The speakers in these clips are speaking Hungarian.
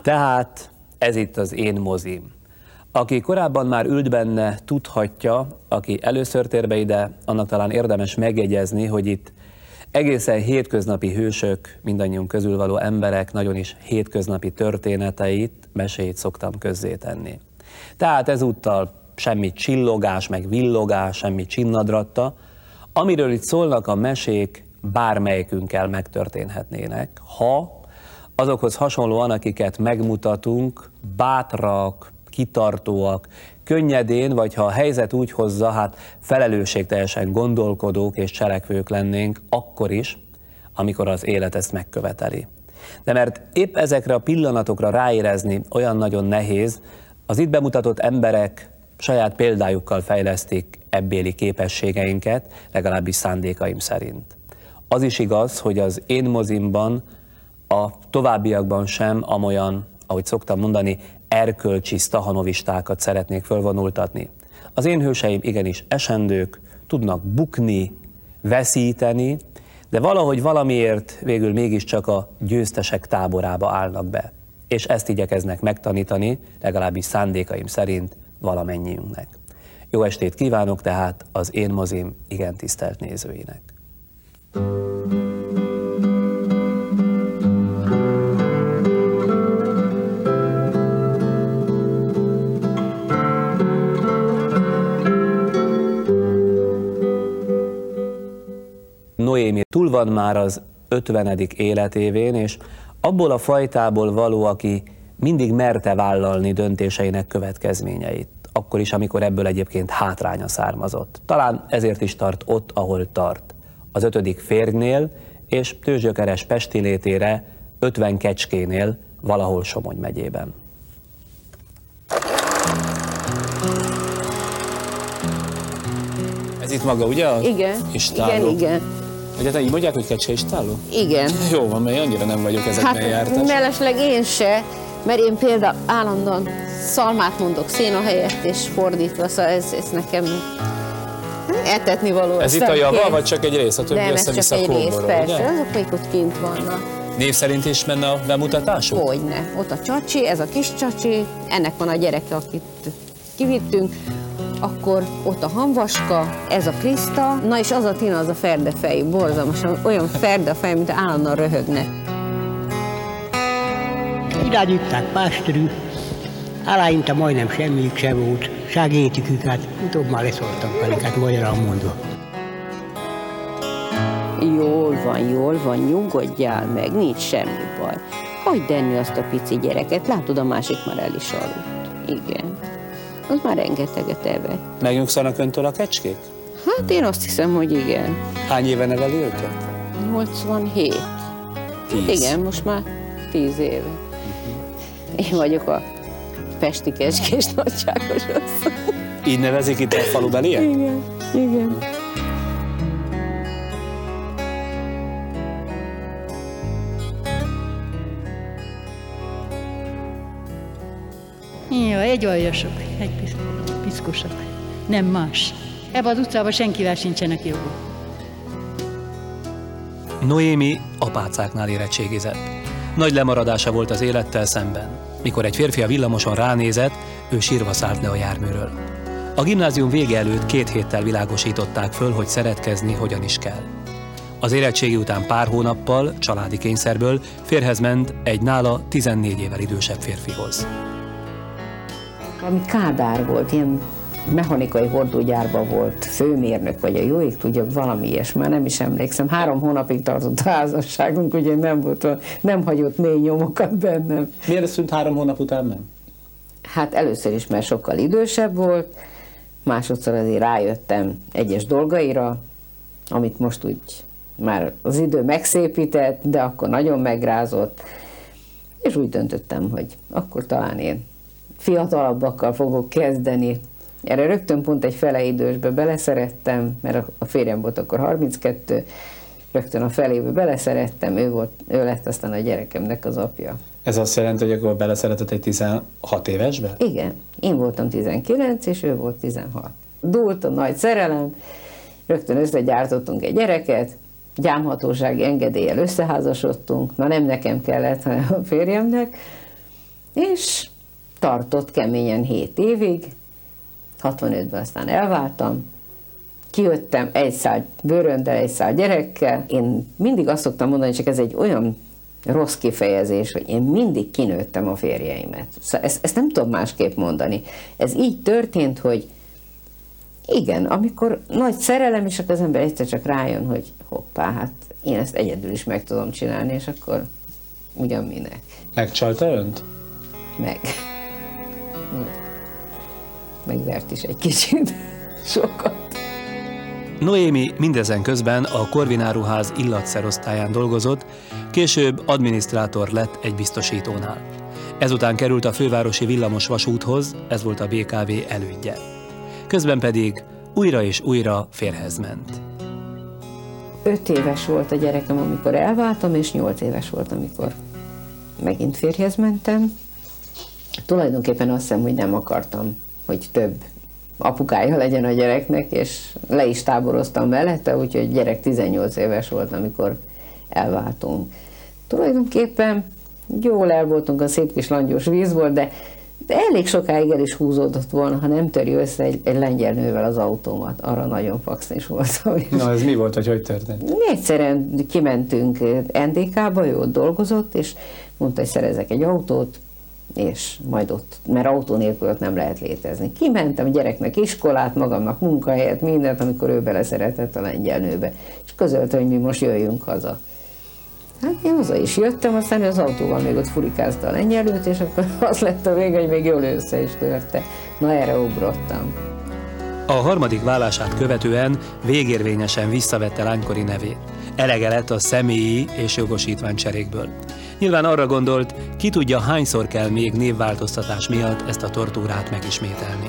Tehát ez itt az én mozim. Aki korábban már ült benne, tudhatja, aki először tér be ide, annak talán érdemes megjegyezni, hogy itt egészen hétköznapi hősök, mindannyiunk közül való emberek nagyon is hétköznapi történeteit, meséit szoktam közzétenni. Tehát ezúttal semmi csillogás, meg villogás, semmi csinnadratta, amiről itt szólnak a mesék, bármelyikünkkel megtörténhetnének, ha azokhoz hasonlóan, akiket megmutatunk, bátrak, kitartóak, könnyedén, vagy ha a helyzet úgy hozza, hát felelősségteljesen gondolkodók és cselekvők lennénk akkor is, amikor az élet ezt megköveteli. De mert épp ezekre a pillanatokra ráérezni olyan nagyon nehéz, az itt bemutatott emberek saját példájukkal fejlesztik ebbéli képességeinket, legalábbis szándékaim szerint. Az is igaz, hogy az én mozimban a továbbiakban sem amolyan, ahogy szoktam mondani, erkölcsi sztahanovistákat szeretnék fölvonultatni. Az én hőseim igenis esendők, tudnak bukni, veszíteni, de valahogy valamiért végül mégiscsak a győztesek táborába állnak be. És ezt igyekeznek megtanítani, legalábbis szándékaim szerint valamennyiünknek. Jó estét kívánok tehát az én mozim igen tisztelt nézőinek. Noémi túl van már az 50. életévén, és abból a fajtából való, aki mindig merte vállalni döntéseinek következményeit, akkor is, amikor ebből egyébként hátránya származott. Talán ezért is tart ott, ahol tart. Az 5. férjnél és tőzsgyökeres pesti létére 50 kecskénél, valahol Somogy megyében. Ez itt maga, ugye? Igen, igen. Egyáltalán így mondják, hogy kecske-istálló? Igen. Jó van, mert annyira nem vagyok ezekben jártas. Mellesleg én se, mert én például állandóan szalmát mondok széna helyett, és fordítva, szóval ez nekem etetni való. Ez itt a java, vagy csak egy rész? A többi nem, ez csak egy rész, persze, azok még ott kint vannak. Név szerint is menne a bemutatásuk? Hogyne. Ott a csacsi, ez a kis csacsi, ennek van a gyereke, akit kivittünk. Akkor ott a Hamvaska, ez a Kriszta, na és az a Tina, az a ferdefejű, borzalmasan, olyan ferdefejű, mint állandóan röhögne. Irányították pásztorú, eleinte majdnem semmiük sem volt, segítikük, hát utóbb már leszóltak velük, hát magyarán mondva. Jól van, nyugodjál meg, nincs semmi baj. Hagyd enni azt a pici gyereket, látod, a másik már el is aludt. Igen. Az már rengeteget evett. Megnyugszanak öntől a kecskék? Hát én azt hiszem, hogy igen. Hány éve neveli őket? 87. 10. Igen, most már 10 éve. Én vagyok a pesti kecskés nagyságos asszony. Így nevezik itt a falubeliek? Igen. Jó, egy aljasok, egy piszkosak, nem más. Ebben az utcában senkivel sincsenek jogok. Noémi apácáknál érettségizett. Nagy lemaradása volt az élettel szemben. Mikor egy férfi a villamoson ránézett, ő sírva szállt le a járműről. A gimnázium vége előtt 2 héttel világosították föl, hogy szeretkezni hogyan is kell. Az érettségi után pár hónappal, családi kényszerből férjhez ment egy nála 14 évvel idősebb férfihoz. Ami Kádár volt, ilyen mechanikai hordógyárban volt főmérnök, vagy a jó ég tudja, valami ilyesmi, már nem is emlékszem. 3 hónapig tartott a házasságunk, ugye nem hagyott mély nyomokat bennem. Miért szűnt 3 hónap után nem? Hát először is, mert sokkal idősebb volt, másodszor azért rájöttem egyes dolgaira, amit most úgy már az idő megszépített, de akkor nagyon megrázott, és úgy döntöttem, hogy akkor talán én fiatalabbakkal fogok kezdeni. Erre rögtön pont egy fele idősbe beleszerettem, mert a férjem volt akkor 32, rögtön a felébe beleszerettem, ő lett aztán a gyerekemnek az apja. Ez azt jelenti, hogy akkor beleszeretett egy 16 évesbe? Igen, én voltam 19, és ő volt 16. Dúlt a nagy szerelem, rögtön összegyártottunk egy gyereket, gyámhatósági engedéllyel összeházasodtunk, na nem nekem kellett, hanem a férjemnek, És tartott keményen 7 évig, 65-ben aztán elváltam, kijöttem egy szál bőröndel, egy szál gyerekkel. Én mindig azt szoktam mondani, csak ez egy olyan rossz kifejezés, hogy én mindig kinőttem a férjeimet. Szóval ezt nem tudom másképp mondani. Ez így történt, hogy igen, amikor nagy szerelem, és akkor az ember egyszer csak rájön, hogy hoppá, hát én ezt egyedül is meg tudom csinálni, és akkor ugyan minek. Megcsalta önt? Meg. Megvert is egy kicsit. Sokat. Noémi mindezen közben a Korvináruház illatszerosztályán dolgozott, később adminisztrátor lett egy biztosítónál. Ezután került a fővárosi villamos vasúthoz, ez volt a BKV elődje. Közben pedig újra és újra férjhez ment. 5 éves volt a gyerekem, amikor elváltam, és 8 éves volt, amikor megint férjhez mentem. Tulajdonképpen azt hiszem, hogy nem akartam, hogy több apukája legyen a gyereknek, és le is táboroztam mellette, úgyhogy gyerek 18 éves volt, amikor elváltunk. Tulajdonképpen jól el voltunk a szép kis langyos vízból, de elég sokáig el is húzódott volna, ha nem törj össze egy lengyel nővel az autómat. Arra nagyon faxis voltam. Na, ez mi volt, hogy történt? Mi egyszerűen kimentünk NDK-ba, ő ott dolgozott, és mondta, hogy szerezek egy autót, és majd ott, mert autó nélkül ott nem lehet létezni. Kimentem a gyereknek iskolát, magamnak munkahelyet, mindent, amikor ő beleszeretett a lengyel nőbe, és közölte, hogy mi most jöjjünk haza. Hát én haza is jöttem, aztán az autóval még ott furikázta a lengyelőt, és akkor az lett a vége, hogy még jól össze is törte. Na, erre ugrottam. A harmadik válását követően végérvényesen visszavette lánykori nevét. Elege lett a személyi és jogosítványcserékből. Nyilván arra gondolt, ki tudja, hányszor kell még névváltoztatás miatt ezt a tortúrát megismételni.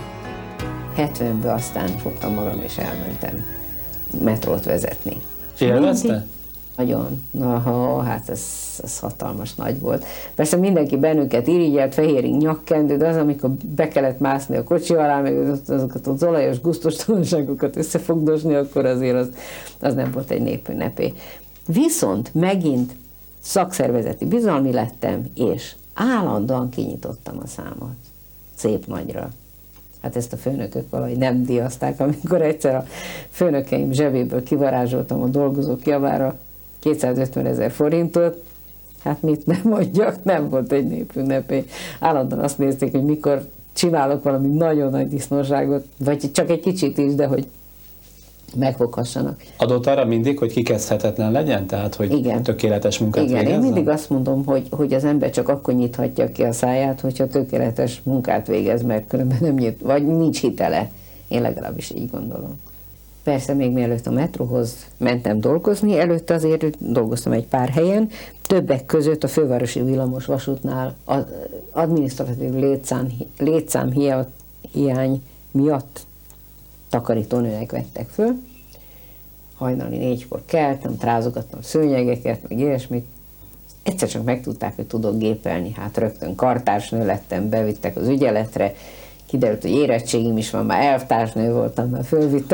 70-ben aztán fogtam magam és elmentem metrót vezetni. Élvezte? Nagyon. Hát ez hatalmas nagy volt. Persze mindenki bennünket irigyelt, fehéring nyakkendő, de az, amikor be kellett mászni a kocsi alá, meg azokat az olajos gusztustalanságokat összefogdosni, akkor azért az nem volt egy népünnepé. Viszont megint szakszervezeti bizalmi lettem, és állandóan kinyitottam a számot. Szép nagyra. Hát ezt a főnökök valahogy nem díjazták, amikor egyszer a főnökeim zsebéből kivarázsoltam a dolgozók javára 250 000 forintot, hát mit nem mondjak, nem volt egy népünnepé. Állandóan azt nézték, hogy mikor csinálok valami nagyon nagy disznóságot, vagy csak egy kicsit is, de hogy megfoghassanak. Adott arra mindig, hogy kikezdhetetlen legyen? Tehát, hogy igen, tökéletes munkát végezzen? Igen, én mindig azt mondom, hogy az ember csak akkor nyithatja ki a száját, hogyha tökéletes munkát végez, mert különben nem nyit, vagy nincs hitele. Én legalábbis így gondolom. Persze még mielőtt a metróhoz mentem dolgozni, előtte azért dolgoztam egy pár helyen, többek között a fővárosi villamos vasútnál az adminisztratív létszám hiány miatt takarítónőnek vettek föl. Hajnali 4-kor keltem, trázogattam szőnyegeket, meg ilyesmit. Egyszer csak megtudták, hogy tudok gépelni, hát rögtön kartársnő lettem, bevittek az ügyeletre, kiderült, hogy érettségim is van, már elvtársnő voltam, már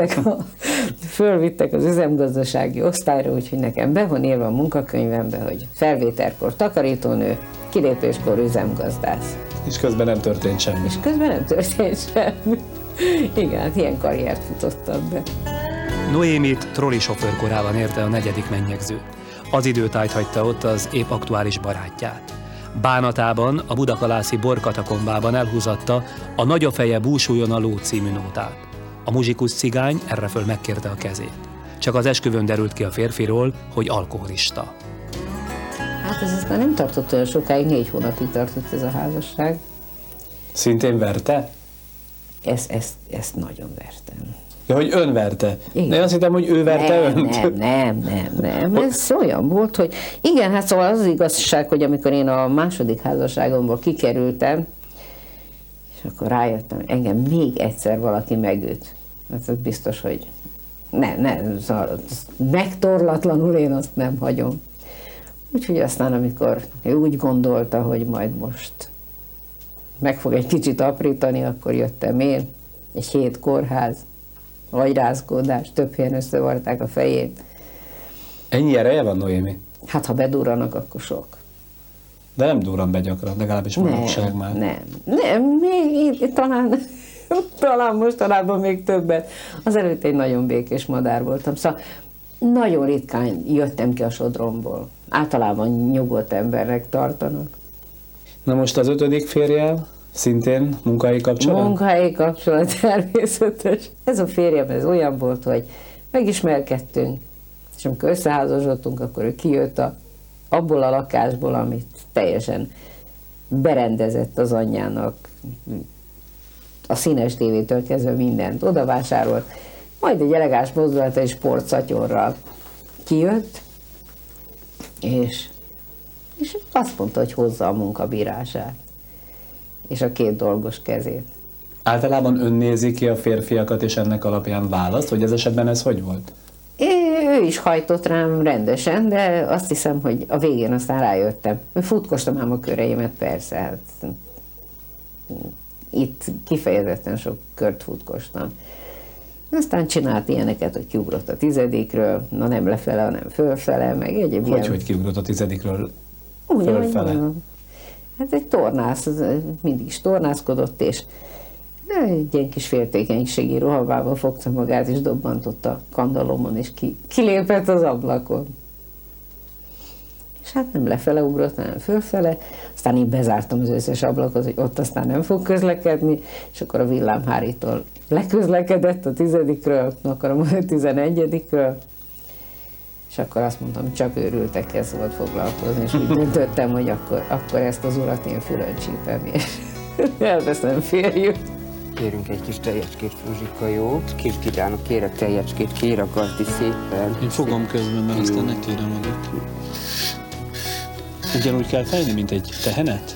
fölvittek az üzemgazdasági osztályra, úgyhogy nekem be van írva a munkakönyvembe, hogy felvételkor takarítónő, kilépéskor üzemgazdász. És közben nem történt semmi. És közben nem történt semmi. Igen, hát ilyen karriert futottam be. Noémit trollisofőr korában érte a 4. mennyegző. Az időtájt hagyta ott az épp aktuális barátját. Bánatában, a budakalászi borkatakombában elhúzatta a Nagy a feje, búsuljon a ló című nótát. A muzsikus cigány erreföl megkérte a kezét. Csak az esküvőn derült ki a férfiról, hogy alkoholista. Hát ez aztán nem tartott olyan sokáig, 4 hónapig tartott ez a házasság. Szintén verte? Ezt nagyon vertem. Ja, hogy ön verte. Igen. De én azt hittem, hogy ő verte önt. Nem. Ez olyan volt, hogy igen, hát szóval az igazság, hogy amikor én a második házasságomból kikerültem, és akkor rájöttem, engem még egyszer valaki megüt. Hát ez biztos, hogy nem, szóval megtorlatlanul én azt nem hagyom. Úgyhogy aztán, amikor ő úgy gondolta, hogy majd most meg fog egy kicsit aprítani, akkor jöttem én, egy 7 kórház, agyrázkódás, több helyen összevarták a fejét. Ennyi ereje van, Noémi? Hát, ha bedurranak, akkor sok. De nem durran be gyakran, legalábbis manapság már. Nem, még talán mostanában még többet. Azelőtt egy nagyon békés madár voltam, szóval nagyon ritkán jöttem ki a sodromból. Általában nyugodt embernek tartanak. Na most az 5. férjel szintén munkahelyi kapcsolat? Munkahelyi kapcsolat természetes. Ez a férjem, ez olyan volt, hogy megismerkedtünk, és amikor összeházasodtunk, akkor ő kijött abból a lakásból, amit teljesen berendezett az anyjának, a színes tévétől kezdve mindent odavásárolt, majd egy elegáns mozdulata és sportszatyorral kijött, és azt mondta, hogy hozza a munkabírását, és a 2 dolgos kezét. Általában ön nézi ki a férfiakat, és ennek alapján választ, hogy ez esetben ez hogy volt? Ő is hajtott rám rendesen, de azt hiszem, hogy a végén aztán rájöttem. Futkostam ám a köreimet, persze, hát itt kifejezetten sok kört futkostam. Aztán csinált ilyeneket, hogy kiugrott a 10-ről, na nem lefele, hanem fölfele, meg egyéb ilyen. Hogy kiugrott a 10-ről fölfele? Hát egy tornász, mindig is tornászkodott, és egy ilyen kis féltékenységi rohavába fogta magát, és dobbantott a kandallomon, és kilépett az ablakon. És hát nem lefele ugrott, hanem fölfele, aztán így bezártam az összes ablakot, hogy ott aztán nem fog közlekedni, és akkor a villámhárítól leközlekedett a 10-ről, akarom a 11-ről, és akkor azt mondtam, csak őrültekkel szabad foglalkozni, és úgy döntöttem, hogy akkor ezt az urat én fülön csípem, és elveszem férjük. Kérünk egy kis tejecskét, Fruzsika, jó? Kívánok, kérek tejecskét, kiragaszti szépen. Én fogom közben, mert aztán ne kérem adott. Ugyanúgy kell fejni, mint egy tehenet?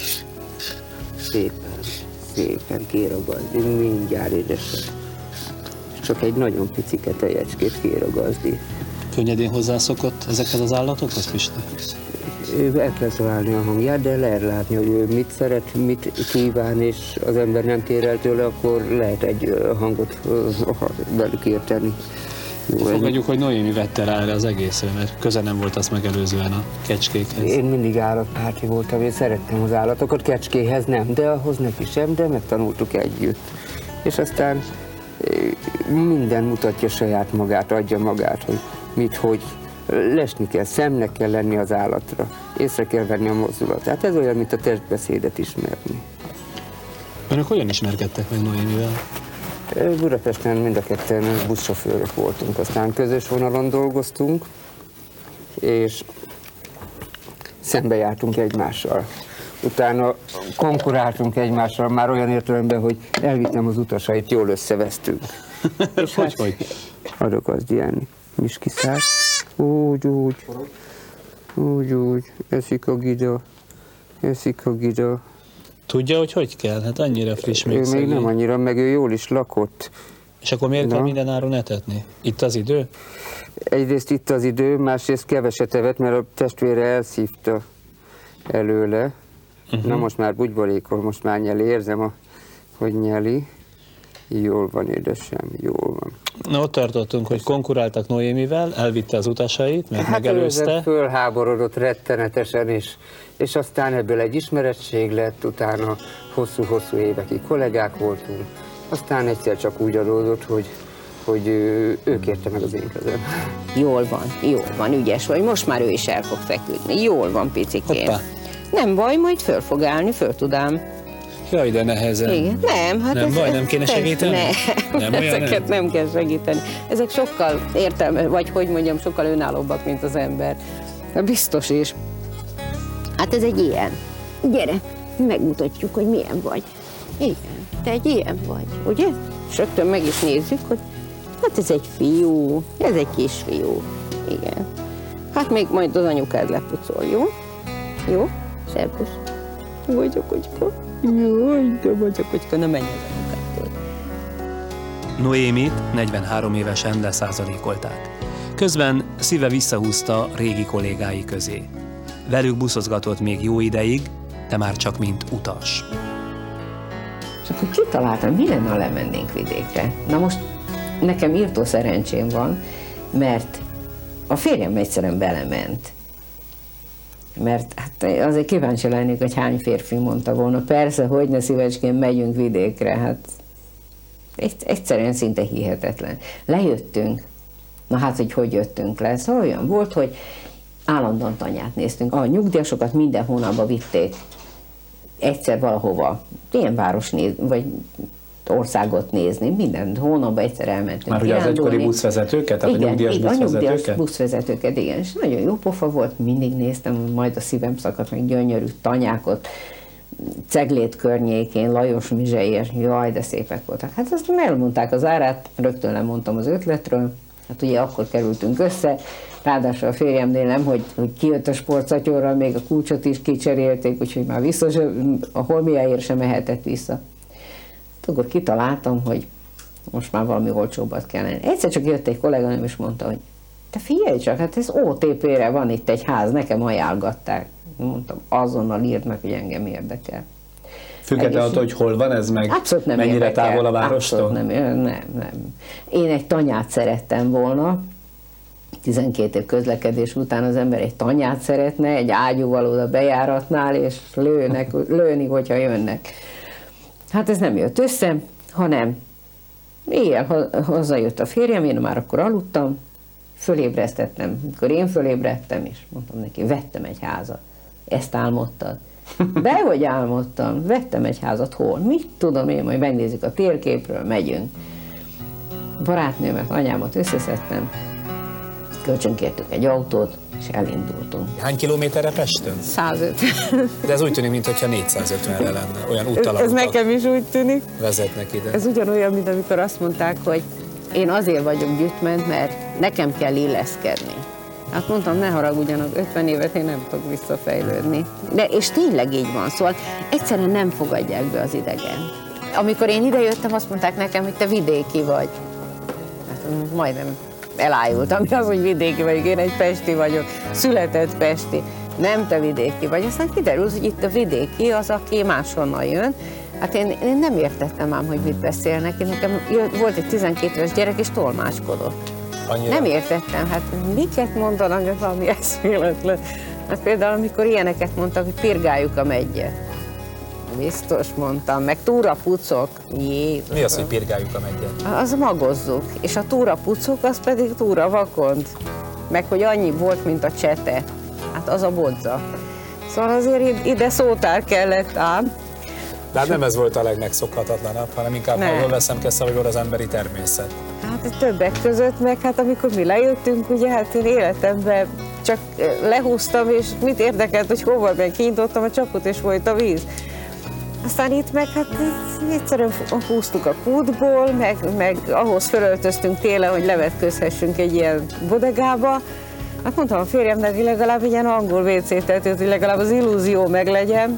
Szépen kiragaszti, mindjárt édesem. Csak egy nagyon picike tejecskét kiragaszti. Könnyedén hozzászokott ezekhez az állatokhoz, Pisti? Ő el kell találni a hangját, de lehet látni, hogy ő mit szeret, mit kíván, és az ember nem kér el tőle, akkor lehet egy hangot velük érteni. Fogadjuk, hogy Noémi vette rá erre az egészre, mert köze nem volt azt megelőzően a kecskékhez. Én mindig állatpárti voltam, én szerettem az állatokat, kecskéhez nem, de ahhoz neki sem, de megtanultuk együtt. És aztán minden mutatja saját magát, adja magát, hogy mit, hogy. Lesni kell, szemnek kell lenni az állatra, észre kell venni a mozdulatát. Ez olyan, mint a testbeszédet ismerni. Önök hogyan ismerkedtek meg Noémivel? Budapesten mind a ketten buszsofőrök voltunk, aztán közös vonalon dolgoztunk, és szembe jártunk egymással. Utána konkuráltunk egymással, már olyan értelemben, hogy elvittem az utasait, jól összevesztünk. És hogy? Adok azt ilyen miskiszát. Úgy, eszik a gida. Tudja, hogy kell? Hát annyira friss még Ő még nem annyira, meg ő jól is lakott. És akkor miért kell minden áron etetni? Itt az idő? Egyrészt itt az idő, másrészt keveset evett, mert a testvére elszívta előle. Na most már bugyborékol, most már nyeli, érzem, hogy nyeli. Jól van, édesem, jól van. Na, ott tartottunk, hogy konkuráltak Noémivel, elvitte az utasait, meg megelőzte. Hát fölháborodott rettenetesen, és aztán ebből egy ismerettség lett, utána hosszú-hosszú évekig kollégák voltunk. Aztán egyszer csak úgy adódott, hogy ő kérte meg az én kezem. Jól van, ügyes vagy, most már ő is el fog feküdni. Jól van, picikén. Hoppá. Nem baj, majd föl fog állni, föl tudám. Jaj, de nehezen. Igen. Nem, hát nem baj, nem kéne segíteni? Nem, ezeket nem kell segíteni. Ezek sokkal vagy hogy mondjam, sokkal önállóbbak, mint az ember. Biztos is. Hát ez egy ilyen. Gyere, megmutatjuk, hogy milyen vagy. Igen, te egy ilyen vagy, ugye? És rögtön meg is nézzük, hogy hát ez egy fiú, ez egy kisfiú. Igen. Hát még majd az anyukád lepucol, jó? Jó? Szervusz. Vagy a kocska. Jaj, de vagy a kocska, ne menj az anyukától. Noémit 43 évesen leszázadékolták. Közben szíve visszahúzta régi kollégái közé. Velük buszozgatott még jó ideig, de már csak mint utas. És akkor kitaláltam, mi lenne, ha lemennénk vidékre. Na most nekem írtó szerencsém van, mert a férjem egyszerűen belement Mert hát azért kíváncsi lennék, hogy hány férfi mondta volna, persze, hogy ne szívecskén megyünk vidékre, hát egyszerűen szinte hihetetlen. Lejöttünk, na hát, hogy jöttünk le, szóval olyan volt, hogy állandóan tanyát néztünk. A nyugdíjasokat minden hónapban vitték egyszer valahova, ilyen város vagy országot nézni, minden hónapban egyszer elmentünk. Már ugye az egykori buszvezetőket, tehát igen, a nyugdíjas buszvezetőket? A nyugdíjas buszvezetőket, igen, és nagyon jó pofa volt, mindig néztem, majd a szívem szakadt, meg gyönyörű tanyákot, Ceglét környékén, Lajos Mizseiért, jaj, de szépek voltak. Hát azt elmondták az árát, rögtön lemondtam az ötletről, hát ugye akkor kerültünk össze, ráadásul a férjemnél nem, hogy kijött a sportszatyorral, még a kulcsot is kicserélték, úgyhogy már vissza, a holmiáért sem mehetett vissza. Akkor kitaláltam, hogy most már valami olcsóbbat kellene. Egyszer csak jött egy kolléganőm és mondta, hogy te figyelj csak, hát ez OTP-re van itt egy ház, nekem ajánlgatták. Mondtam, azonnal írd meg, hogy engem érdekel. Függetlenül attól, hogy hol van ez, meg abszolút nem mennyire érdekel. távol a várostól? Abszolút nem. Én egy tanyát szerettem volna, 12 év közlekedés után az ember egy tanyát szeretne, egy ágyúval oda bejáratnál, és lőni, hogyha jönnek. Hát ez nem jött össze, hanem éjjel hazajött a férjem, én már akkor aludtam, fölébresztettem, amikor én fölébredtem, és mondtam neki, vettem egy házat. Ezt álmodtad? Dehogy álmodtam, vettem egy házat, hol? Mit tudom én, majd megnézzük a térképről, megyünk. Barátnőmet, anyámat összeszedtem, kölcsönkértük egy autót, és elindultunk. Hány kilométerre Pestön? 150. De ez úgy tűnik, mintha 450-re lenne, olyan Ez nekem is úgy tűnik. vezetnek ide. Ez ugyanolyan, mint amikor azt mondták, hogy én azért vagyok gyütment, mert nekem kell illeszkedni. Hát mondtam, ne haragudjanak, 50 évet én nem tudok visszafejlődni. De és tényleg így van, szóval egyszerűen nem fogadják be az idegen. Amikor én idejöttem, azt mondták nekem, hogy te vidéki vagy. Hát majdnem elájultam, az, hogy vidéki vagyok, én egy pesti vagyok, született pesti. Nem, te vidéki vagy. Aztán kiderült, hogy itt a vidéki az, aki máshonnan jön. Hát én nem értettem ám, hogy mit beszélnek. Nekem volt egy 12 éves gyerek, és tolmácskodott. Annyira. Nem értettem, hát miket mondanak, ez valami eszméletlen. Hát például, amikor ilyeneket mondtak, hogy pirgáljuk a meggyet. Biztos mondtam, meg túrapucok. Jézus. Mi az, hogy pirgáljuk a meggyet? Az magozzuk, és a túrapucok az pedig túravakond. Meg hogy annyi volt, mint a csete. Hát az a bodza. Szóval azért ide szótár kellett ám. De hát nem ez volt a legmegszokhatatlanabb, hanem inkább arról veszem kezdve, hogy az emberi természet. Hát többek között, meg hát amikor mi lejöttünk, ugye hát én életemben csak lehúztam, és mit érdekelt, hogy hova meg kinyitottam a csapot, és volt a víz. Aztán itt meg hát egyszerűen húztuk a kútból, meg ahhoz fölöltöztünk télen, hogy levetközhessünk egy ilyen bodegába. Hát mondtam a férjemnek, hogy legalább egy ilyen angol WC tetőt, hogy legalább az illúzió meglegyen.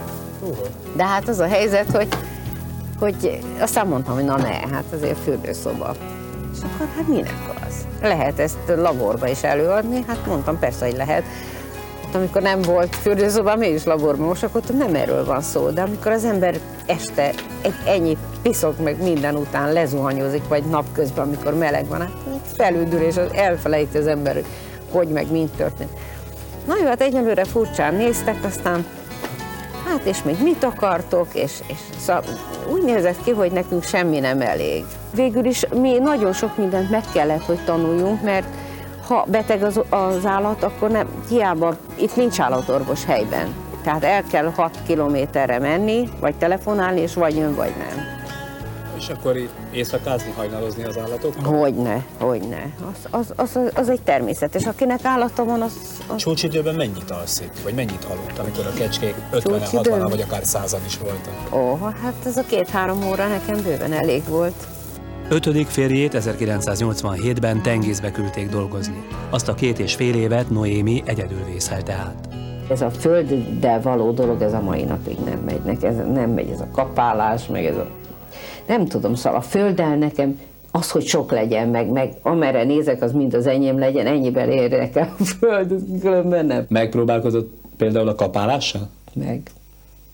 De hát az a helyzet, hogy aztán mondtam, hogy na ne, hát azért fürdőszoba. És akkor hát minek az? Lehet ezt laborba is előadni? Hát mondtam, persze, hogy lehet. Hát amikor nem volt fürdőszoba, mégis laborban mosakodtam, nem erről van szó. De amikor az ember este ennyi piszok meg minden után lezuhanyozik, vagy napközben, amikor meleg van, hát felüldül, és elfelejti az ember, hogy meg mind történt. Na jó, hát egyelőre furcsán néztek, aztán hát és még mit akartok, és szóval úgy nézett ki, hogy nekünk semmi nem elég. Végül is mi nagyon sok mindent meg kellett, hogy tanuljunk, mert ha beteg az állat, akkor nem, hiába, itt nincs állatorvos helyben. Tehát el kell 6 kilométerre menni, vagy telefonálni, és vagy jön, vagy nem. És akkor éjszakázni, hajnalozni az állatoknak? Hogyne. Az egy természetes. Akinek állata van, az... Csúcsidőben mennyit alszik? Vagy mennyit aludt, amikor a kecskék 50-60-an, vagy akár 100-an is voltak? Hát ez a 2-3 óra nekem bőven elég volt. 5. férjét 1987-ben Tengiszbe küldték dolgozni. Azt a 2,5 évet Noémi egyedül vészelte át. Ez a földdel való dolog, ez a mai napig nem megy. Nem megy ez a kapálás, meg ez a... Nem tudom, szóval a földdel nekem az, hogy sok legyen, meg amerre nézek, az mind az enyém legyen, ennyiben érjek el a föld, különben nem. Megpróbálkozott például a kapálással? Meg.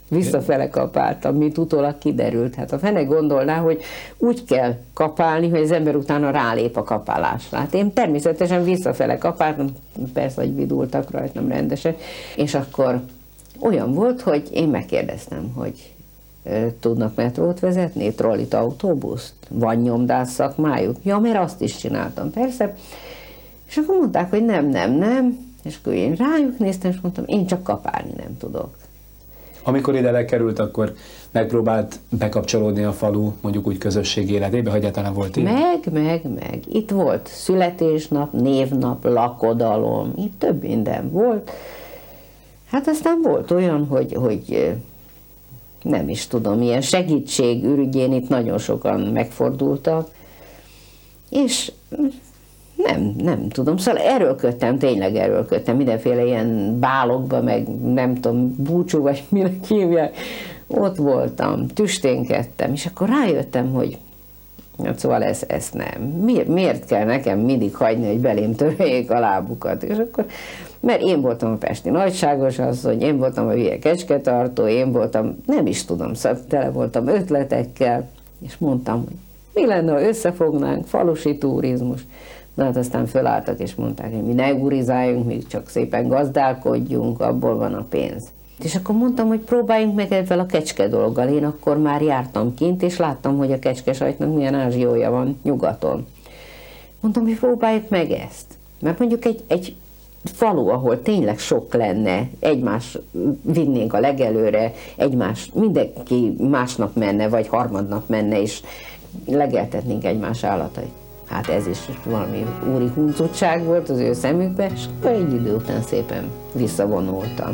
Visszafele kapáltam, mint utólag kiderült. Hát a fene gondolná, hogy úgy kell kapálni, hogy az ember utána rálép a kapálásra. Hát én természetesen visszafele kapáltam, persze, hogy vidultak rajtam rendesen, és akkor olyan volt, hogy én megkérdeztem, hogy tudnak metrót vezetni, trollit, autóbuszt, van nyomdász szakmájuk? Ja, mert azt is csináltam, persze. És akkor mondták, hogy nem, és akkor én rájuk néztem, és mondtam, én csak kapálni nem tudok. Amikor ide lekerült, akkor megpróbált bekapcsolódni a falu, mondjuk úgy közösség életébe, hogy egyáltalán volt ilyen? Meg. Itt volt születésnap, névnap, lakodalom, itt több minden volt. Hát aztán volt olyan, hogy nem is tudom, ilyen segítség ürügyén itt nagyon sokan megfordultak, és nem tudom, szóval tényleg erőlködtem, mindenféle ilyen bálokba, meg nem tudom, búcsú, vagy minek hívják, ott voltam, tüsténkedtem, és akkor rájöttem, hogy hát szóval ez nem. Miért kell nekem mindig hagyni, hogy belém törjék a lábukat? És akkor, mert én voltam a pesti nagyságos asszony, én voltam a hülye kecsketartó, én voltam, nem is tudom, szóval tele voltam ötletekkel, és mondtam, hogy mi lenne, ha összefognánk, falusi turizmus. Na hát aztán fölálltak és mondták, hogy mi ne gurizáljunk, mi csak szépen gazdálkodjunk, abból van a pénz. És akkor mondtam, hogy próbáljunk meg ezzel a kecske dolggal. Én akkor már jártam kint, és láttam, hogy a kecskesajtnak milyen ázsiója van nyugaton. Mondtam, hogy próbáljuk meg ezt. Mert mondjuk egy falu, ahol tényleg sok lenne, egymás vinnénk a legelőre, mindenki másnap menne, vagy harmadnap menne, és legeltetnénk egymás állatait. Hát ez is valami úri huncutság volt az ő szemükben, és akkor egy idő után szépen visszavonultam.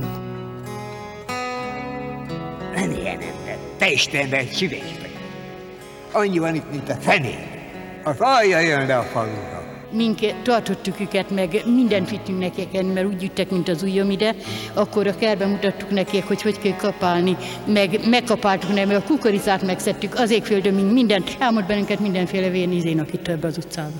Nem ilyen ember. Te Istenben szíves vagy. Annyi van itt, mint a fenék. Az alja jön le a falura. Mink tartottuk őket, meg mindent vittünk nekik, mert úgy jöttek, mint az ujjam ide, akkor a kertben mutattuk nekik, hogy kell kapálni, meg megkapáltuk nekik, a kukoricát megszedtük, az égföldön mindent, elmond bennünket mindenféle vérnézének itt ebbe az utcában.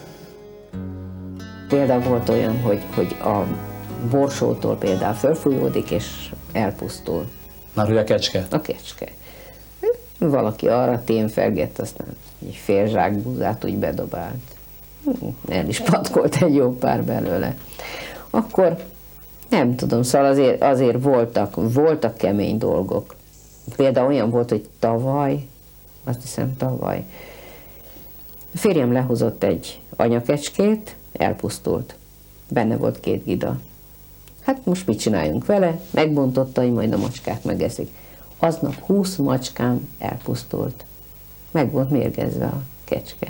Például volt olyan, hogy a borsótól például fölfújódik és elpusztul. Már hogy a kecske? A kecske. Valaki arra témfergett, aztán egy fél zsák búzát úgy bedobált. El is patkolt egy jó pár belőle. Akkor nem tudom, szóval azért voltak kemény dolgok. Például olyan volt, hogy azt hiszem tavaly, a férjem lehozott egy anyakecskét, elpusztult. Benne volt 2 gida. Hát most mit csináljunk vele? Megbontotta, hogy majd a macskák megeszik. Aznap 20 macskám elpusztult. Meg volt mérgezve a kecske.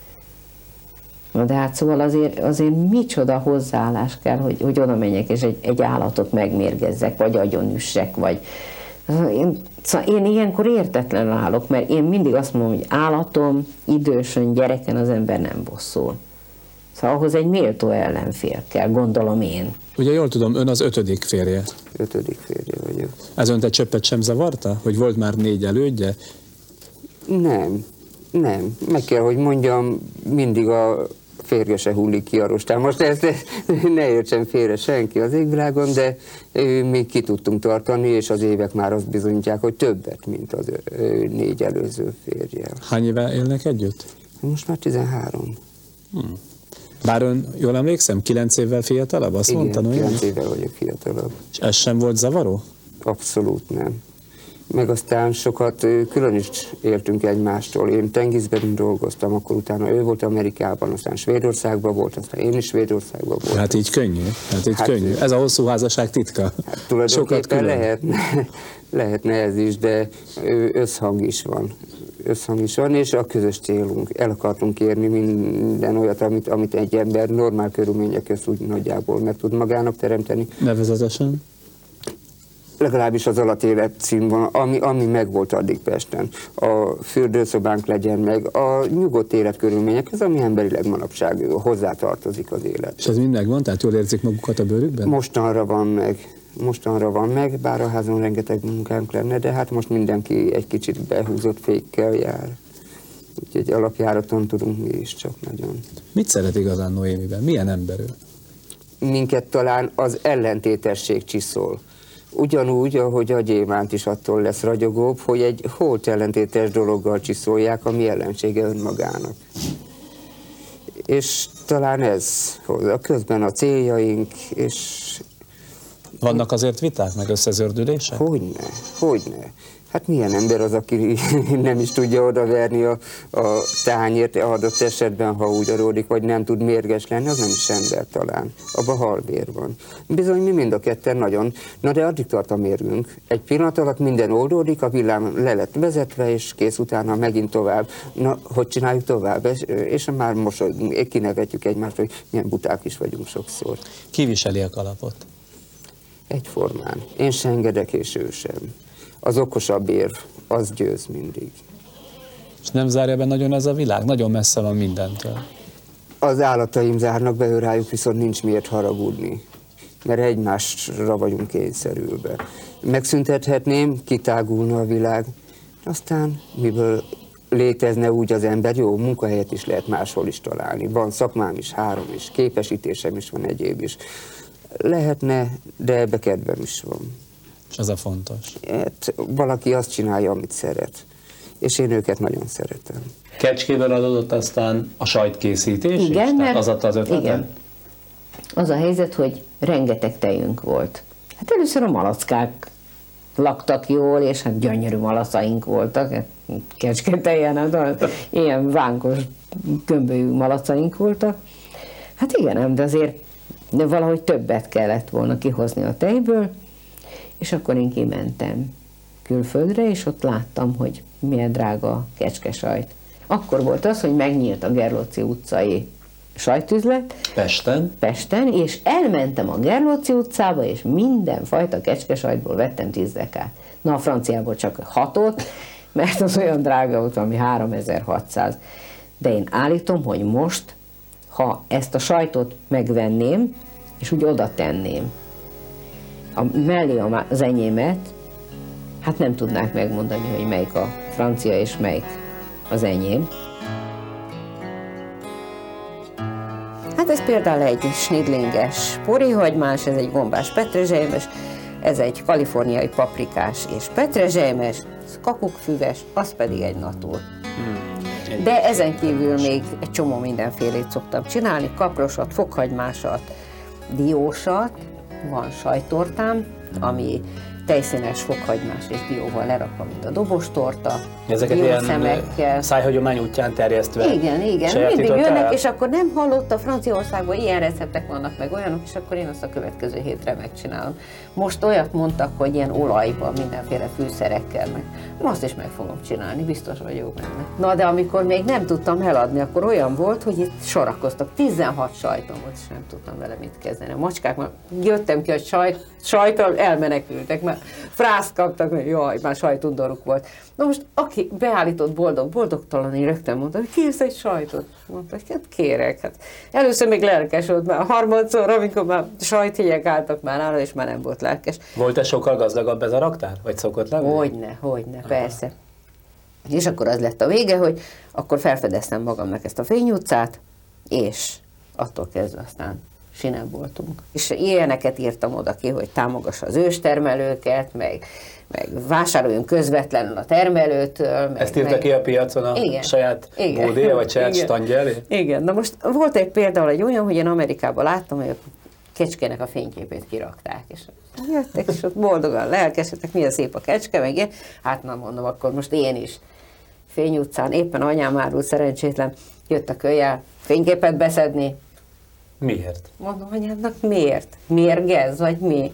Na de hát szóval azért micsoda hozzáállás kell, hogy oda menjek és egy állatot megmérgezzek, vagy agyonüssek, vagy... Szóval én ilyenkor értetlen állok, mert én mindig azt mondom, hogy állatom, idősön, gyereken az ember nem bosszul. Szóval ahhoz egy méltó ellenfél kell, gondolom én. Ugye jól tudom, ön az 5. férje. 5. férje vagyok. Ez önt egy csöppet sem zavarta? Hogy volt már 4 elődje? Nem. Meg kell, hogy mondjam, mindig a férje se hullik ki a rostán. Most ezt ne értsen félre senki az égvilágon, de még ki tudtunk tartani, és az évek már azt bizonyítják, hogy többet, mint az 4 előző férje. Hány éve élnek együtt? Most már 13. Bár ön, jól emlékszem, 9 évvel fiatalabb? Azt Igen, mondta, 9 évvel vagyok fiatalabb. És ez sem volt zavaró? Abszolút nem. Meg aztán sokat külön is éltünk egymástól. Én Tengiszben dolgoztam, akkor utána ő volt Amerikában, aztán Svédországban volt, aztán én is Svédországban voltam. Hát így könnyű. Könnyű. Ez a hosszú házasság titka. Hát tulajdonképpen lehetne ez is, de összhang is van, és a közös célunk. El akartunk érni minden olyat, amit egy ember normál körülmények közt úgy nagyjából meg tud magának teremteni. Nevezetesen? Legalábbis az alatéletszínvonal, ami megvolt addig Pesten. A fürdőszobánk legyen meg, a nyugodt életkörülmények, ez ami emberileg manapság hozzátartozik az élet. És ez mind megvan? Tehát jól érzik magukat a bőrükben? Mostanra van meg, bár a házon rengeteg munkánk lenne, de hát most mindenki egy kicsit behúzott fékkel jár. Úgyhogy alapjáraton tudunk mi is csak nagyon. Mit szeret igazán Noémiben? Milyen ember ő? Minket talán az ellentétesség csiszol. Ugyanúgy, ahogy a gyémánt is attól lesz ragyogóbb, hogy egy holt ellentétes dologgal csiszolják, ami ellensége önmagának. És talán ez hozza közben a céljaink, és... Vannak azért viták, meg összezördülések? Hogyne. Hát milyen ember az, aki nem is tudja odaverni a tányért adott esetben, ha úgy adódik, vagy nem tud mérges lenni, az nem is ember talán. Abban halvér van. Bizony mi mind a ketten nagyon, na de addig tart a mérgünk. Egy pillanat alatt minden oldódik, a villám le lett vezetve, és kész utána megint tovább. Na, hogy csináljuk tovább? És már mosolyogunk, kinevetjük egymást, hogy milyen buták is vagyunk sokszor. Ki viseli a kalapot? Egyformán. Én se engedek, és ő sem. Az okosabb érv, az győz mindig. És nem zárja be nagyon ez a világ? Nagyon messze van mindentől. Az állataim zárnak be, rájuk viszont nincs miért haragudni, mert egymásra vagyunk kényszerülve. Megszüntethetném, kitágulna a világ, aztán miből létezne úgy az ember, jó, munkahelyet is lehet máshol is találni. Van szakmám is, 3 is, képesítésem is van, egyéb is. Lehetne, de ebbe kedvem is van. És ez a fontos. Hát, valaki azt csinálja, amit szeret. És én őket nagyon szeretem. Kecskéből adódott aztán a sajtkészítés is? Igen, mert az adta az ötletet? igen. Az a helyzet, hogy rengeteg tejünk volt. Hát először a malackák laktak jól, és hát gyönyörű malacaink voltak. Kecsketejen, hát ilyen vánkos, gömbölyű malacaink voltak. Hát igen, de azért valahogy többet kellett volna kihozni a tejből, és akkor én kimentem külföldre, és ott láttam, hogy milyen drága a kecskesajt. Akkor volt az, hogy megnyílt a Gerlóci utcai sajtüzlet. Pesten, és elmentem a Gerlóci utcába, és mindenfajta kecskesajtból vettem 10 dekát. Na, a franciából csak 6-ot, mert az olyan drága volt, ami 3600. De én állítom, hogy most, ha ezt a sajtot megvenném, és úgy oda tenném, mellé az enyémet, hát nem tudnák megmondani, hogy melyik a francia és melyik az enyém. Hát ez például egy snidlinges porihagymás, ez egy gombás petrezselymes, ez egy kaliforniai paprikás és petrezselymes, kakukkfüves, az pedig egy natur. De ezen kívül még egy csomó mindenfélét szoktam csinálni, kaprosat, fokhagymásat, diósat, van sajttortám, ami tejszínes fokhagymás és dióval lerakva, mint a dobostorta. Ezeket ilyen szájhagyomány útján terjesztve. Igen, mindig jönnek, és akkor nem hallotta, Franciaországban ilyen receptek vannak, meg olyanok, és akkor én azt a következő hétre megcsinálom. Most olyat mondtak, hogy ilyen olajban, mindenféle fűszerekkel, meg azt is meg fogom csinálni, biztos vagyok benne. Na, de amikor még nem tudtam eladni, akkor olyan volt, hogy itt sorakoztak, 16 sajtom volt, és nem tudtam vele mit kezdeni. A macskák már jöttem ki, hogy sajttal elmenekültek, már frászt kaptak, hogy jaj, már sajtundoruk volt. Na most, aki beállított boldogtalan, én rögtön mondta, hogy kérsz egy sajtot? Mondta, hogy hát kérek. Hát először még lelkes volt, már harmadszor, amikor már sajthiegyek álltak már nála, és már nem volt lelkes. Volt-e sokkal gazdagabb ez a raktár? Vagy szokott lenni? Hogyne, persze. És akkor az lett a vége, hogy akkor felfedeztem magamnak ezt a Fény utcát, és attól kezdve aztán sinem voltunk. És ilyeneket írtam oda ki, hogy támogassa az őstermelőket, meg vásároljunk közvetlenül a termelőtől. Ezt írta ki a piacon a saját bódéja, vagy saját standja elé? Igen. Na most volt egy például egy olyan, hogy én Amerikában láttam, hogy a kecskének a fényképét kirakták, és jöttek, és ott boldogan lelkesedtek, milyen szép a kecske, meg én. Hát na mondom, akkor most én is. Fény utcán, éppen anyám árul, szerencsétlen, jött a kölyel fényképet beszedni. Miért? Mondom, anyámnak miért? Mérgez, vagy mi?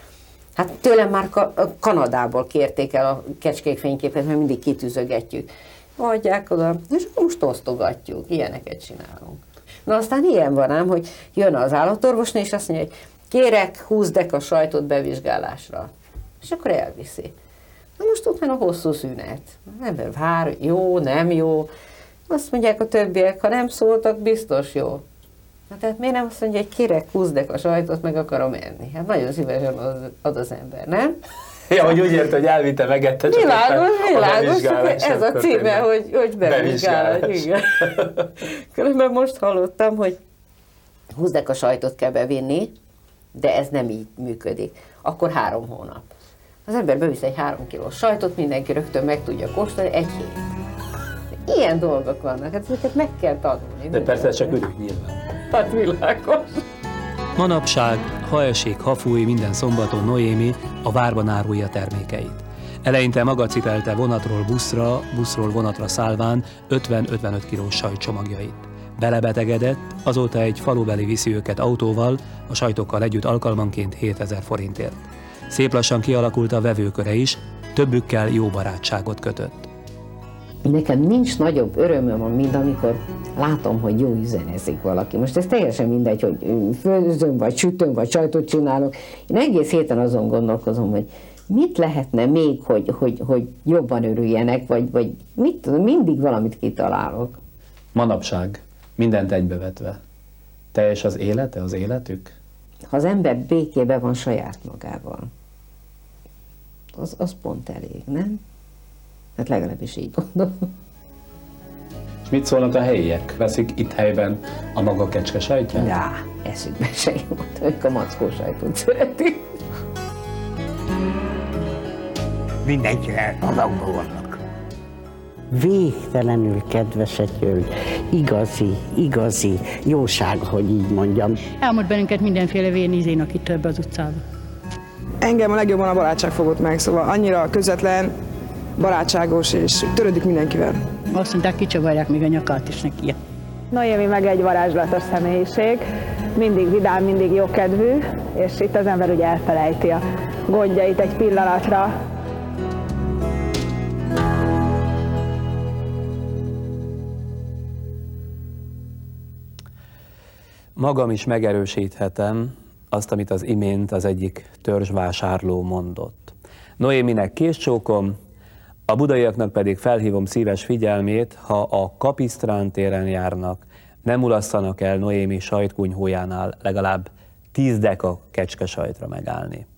Hát tőlem már Kanadából kérték el a kecskék fényképet, mert mindig kitűzögetjük. Adják oda, és most osztogatjuk, ilyeneket csinálunk. Na aztán ilyen van ám, hogy jön az állatorvosnő, és azt mondja, hogy kérek 20 deka sajtot bevizsgálásra. És akkor elviszi. Na most utána hosszú szünet. Az ember vár, jó, nem jó. Azt mondják a többiek, ha nem szóltak, biztos jó. Na tehát miért nem azt mondja, hogy kérek 20 deka sajtot, meg akarom enni? Hát nagyon szívesen ad az ember, nem? Ja, hogy úgy érte, hogy elvitte, megette. Világos, ez a címe, hogy bevizsgálás. Igen. Különben most hallottam, hogy 20 deka sajtot kell bevinni, De ez nem így működik. Akkor 3 hónap. Az ember bevisz egy 3 kilós sajtot, mindenki rögtön meg tudja kóstolni, 1 hét. Ilyen dolgok vannak, hát ezeket meg kell tanulni. De persze ez csak ürük nyilván. Hát világos. Manapság, ha esik, ha fúj, minden szombaton Noémi a várban árulja termékeit. Eleinte maga cipelte vonatról buszra, buszról vonatra szállván 50-55 kilós sajtcsomagjait. Belebetegedett, azóta egy falubeli viszi őket autóval, a sajtokkal együtt alkalmanként 7000 forintért. Szép lassan kialakult a vevőköre is, többükkel jó barátságot kötött. Nekem nincs nagyobb örömöm, mint amikor látom, hogy jó üzenezik valaki. Most ez teljesen mindegy, hogy főzöm, vagy sütöm, vagy sajtot csinálok. Én egész héten azon gondolkozom, hogy mit lehetne még, hogy jobban örüljenek, vagy mit tudom, mindig valamit kitalálok. Manapság, mindent egybevetve. Teljes az élete, az életük? Ha az ember békében van saját magával, az pont elég, nem? Hát legalábbis így gondolom. És mit szólnak a helyiek? Veszik itt helyben a maga kecskesejtját? Já, eszükbe se jut, ők a mackó sajtot szeretik. Mindenki adagban vannak. Végtelenül kedves egy hölgy. Igazi jóság, hogy így mondjam. Elmond bennünket mindenféle vérnízének itt ebbe az utcába. Engem a legjobban a barátság fogott meg, szóval annyira közvetlen, barátságos, és törődik mindenkivel. Azt mondták, kicsavarják még a nyakát is neki. Noémi meg egy varázslatos személyiség, mindig vidám, mindig jókedvű, és itt az ember ugye elfelejti a gondjait egy pillanatra. Magam is megerősíthetem azt, amit az imént az egyik törzsvásárló mondott. Noéminek kézcsókom, a budaiaknak pedig felhívom szíves figyelmét, ha a Kapisztrán téren járnak, nem mulasszanak el Noémi sajtkunyhójánál legalább 10 deka kecskesajtra megállni.